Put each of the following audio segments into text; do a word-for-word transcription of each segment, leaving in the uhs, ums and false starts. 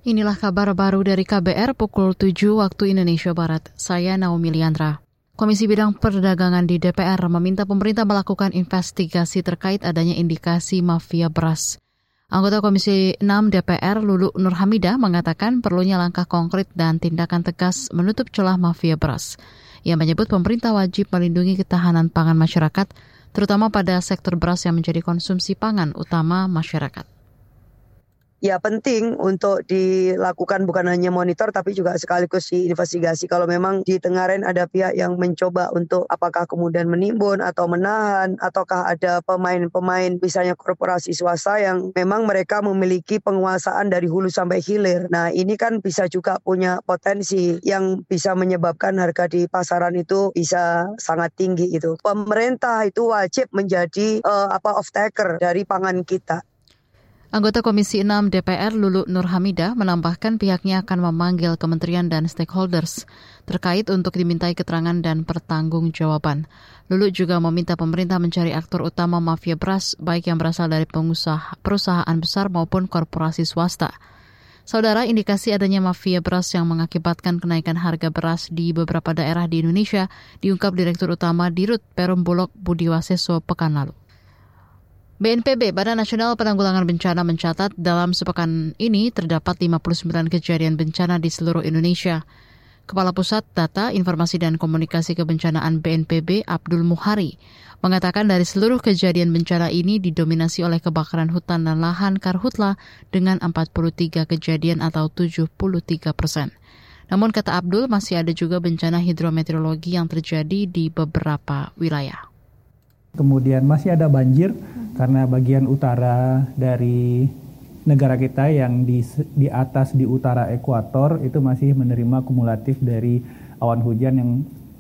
Inilah kabar baru dari K B R pukul tujuh waktu Indonesia Barat. Saya Naomi Liandra. Komisi Bidang Perdagangan di D P R meminta pemerintah melakukan investigasi terkait adanya indikasi mafia beras. Anggota Komisi enam D P R Lulu Nurhamidah mengatakan perlunya langkah konkret dan tindakan tegas menutup celah mafia beras. Ia menyebut pemerintah wajib melindungi ketahanan pangan masyarakat, terutama pada sektor beras yang menjadi konsumsi pangan utama masyarakat. Ya penting untuk dilakukan bukan hanya monitor tapi juga sekaligus diinvestigasi. Kalau memang di Tengaren ada pihak yang mencoba untuk apakah kemudian menimbun atau menahan, ataukah ada pemain-pemain misalnya korporasi swasta yang memang mereka memiliki penguasaan dari hulu sampai hilir. Nah ini kan bisa juga punya potensi yang bisa menyebabkan harga di pasaran itu bisa sangat tinggi itu. Pemerintah itu wajib menjadi uh, apa off-taker dari pangan kita. Anggota Komisi enam D P R Lulu Nurhamidah menambahkan pihaknya akan memanggil kementerian dan stakeholders terkait untuk dimintai keterangan dan pertanggungjawaban. Lulu juga meminta pemerintah mencari aktor utama mafia beras baik yang berasal dari pengusaha perusahaan besar maupun korporasi swasta. Saudara, indikasi adanya mafia beras yang mengakibatkan kenaikan harga beras di beberapa daerah di Indonesia diungkap Direktur Utama Dirut Perum Bulog Budi Waseso pekan lalu. B N P B, Badan Nasional Penanggulangan Bencana mencatat dalam sepekan ini terdapat lima puluh sembilan kejadian bencana di seluruh Indonesia. Kepala Pusat Data, Informasi dan Komunikasi Kebencanaan B N P B, Abdul Muhari, mengatakan dari seluruh kejadian bencana ini didominasi oleh kebakaran hutan dan lahan karhutla dengan empat puluh tiga kejadian atau tujuh puluh tiga persen. Namun kata Abdul, masih ada juga bencana hidrometeorologi yang terjadi di beberapa wilayah. Kemudian masih ada banjir karena bagian utara dari negara kita yang di, di atas di utara ekuator itu masih menerima kumulatif dari awan hujan yang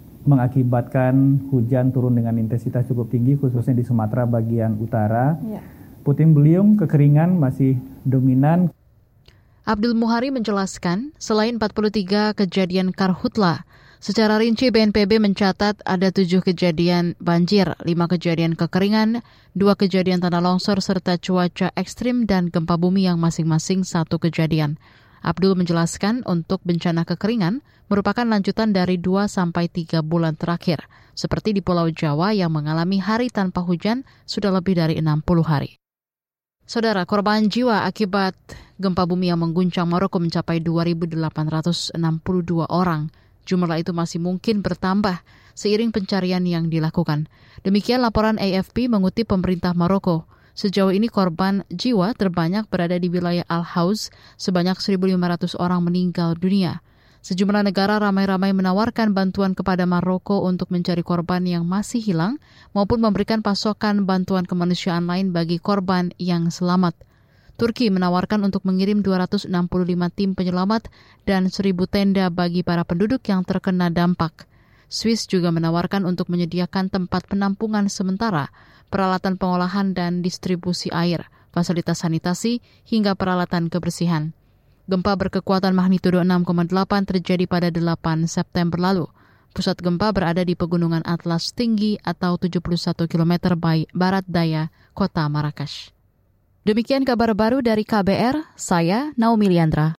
mengakibatkan hujan turun dengan intensitas cukup tinggi khususnya di Sumatera bagian utara. Ya. Puting beliung, kekeringan masih dominan. Abdul Muhari menjelaskan, selain empat puluh tiga kejadian karhutla, secara rinci B N P B mencatat ada tujuh kejadian banjir, lima kejadian kekeringan, dua kejadian tanah longsor serta cuaca ekstrim dan gempa bumi yang masing-masing satu kejadian. Abdul menjelaskan untuk bencana kekeringan merupakan lanjutan dari dua sampai tiga bulan terakhir, seperti di Pulau Jawa yang mengalami hari tanpa hujan sudah lebih dari enam puluh hari. Saudara, korban jiwa akibat gempa bumi yang mengguncang Maroko mencapai dua ribu delapan ratus enam puluh dua orang. Jumlah itu masih mungkin bertambah seiring pencarian yang dilakukan. Demikian laporan A F P mengutip pemerintah Maroko. Sejauh ini korban jiwa terbanyak berada di wilayah Al-Haus, sebanyak seribu lima ratus orang meninggal dunia. Sejumlah negara ramai-ramai menawarkan bantuan kepada Maroko untuk mencari korban yang masih hilang maupun memberikan pasokan bantuan kemanusiaan lain bagi korban yang selamat. Turki menawarkan untuk mengirim dua ratus enam puluh lima tim penyelamat dan seribu tenda bagi para penduduk yang terkena dampak. Swiss juga menawarkan untuk menyediakan tempat penampungan sementara, peralatan pengolahan dan distribusi air, fasilitas sanitasi, hingga peralatan kebersihan. Gempa berkekuatan magnitudo enam koma delapan terjadi pada delapan September lalu. Pusat gempa berada di Pegunungan Atlas tinggi atau tujuh puluh satu kilometer barat daya kota Marrakesh. Demikian kabar baru dari K B R, saya Naomi Liandra.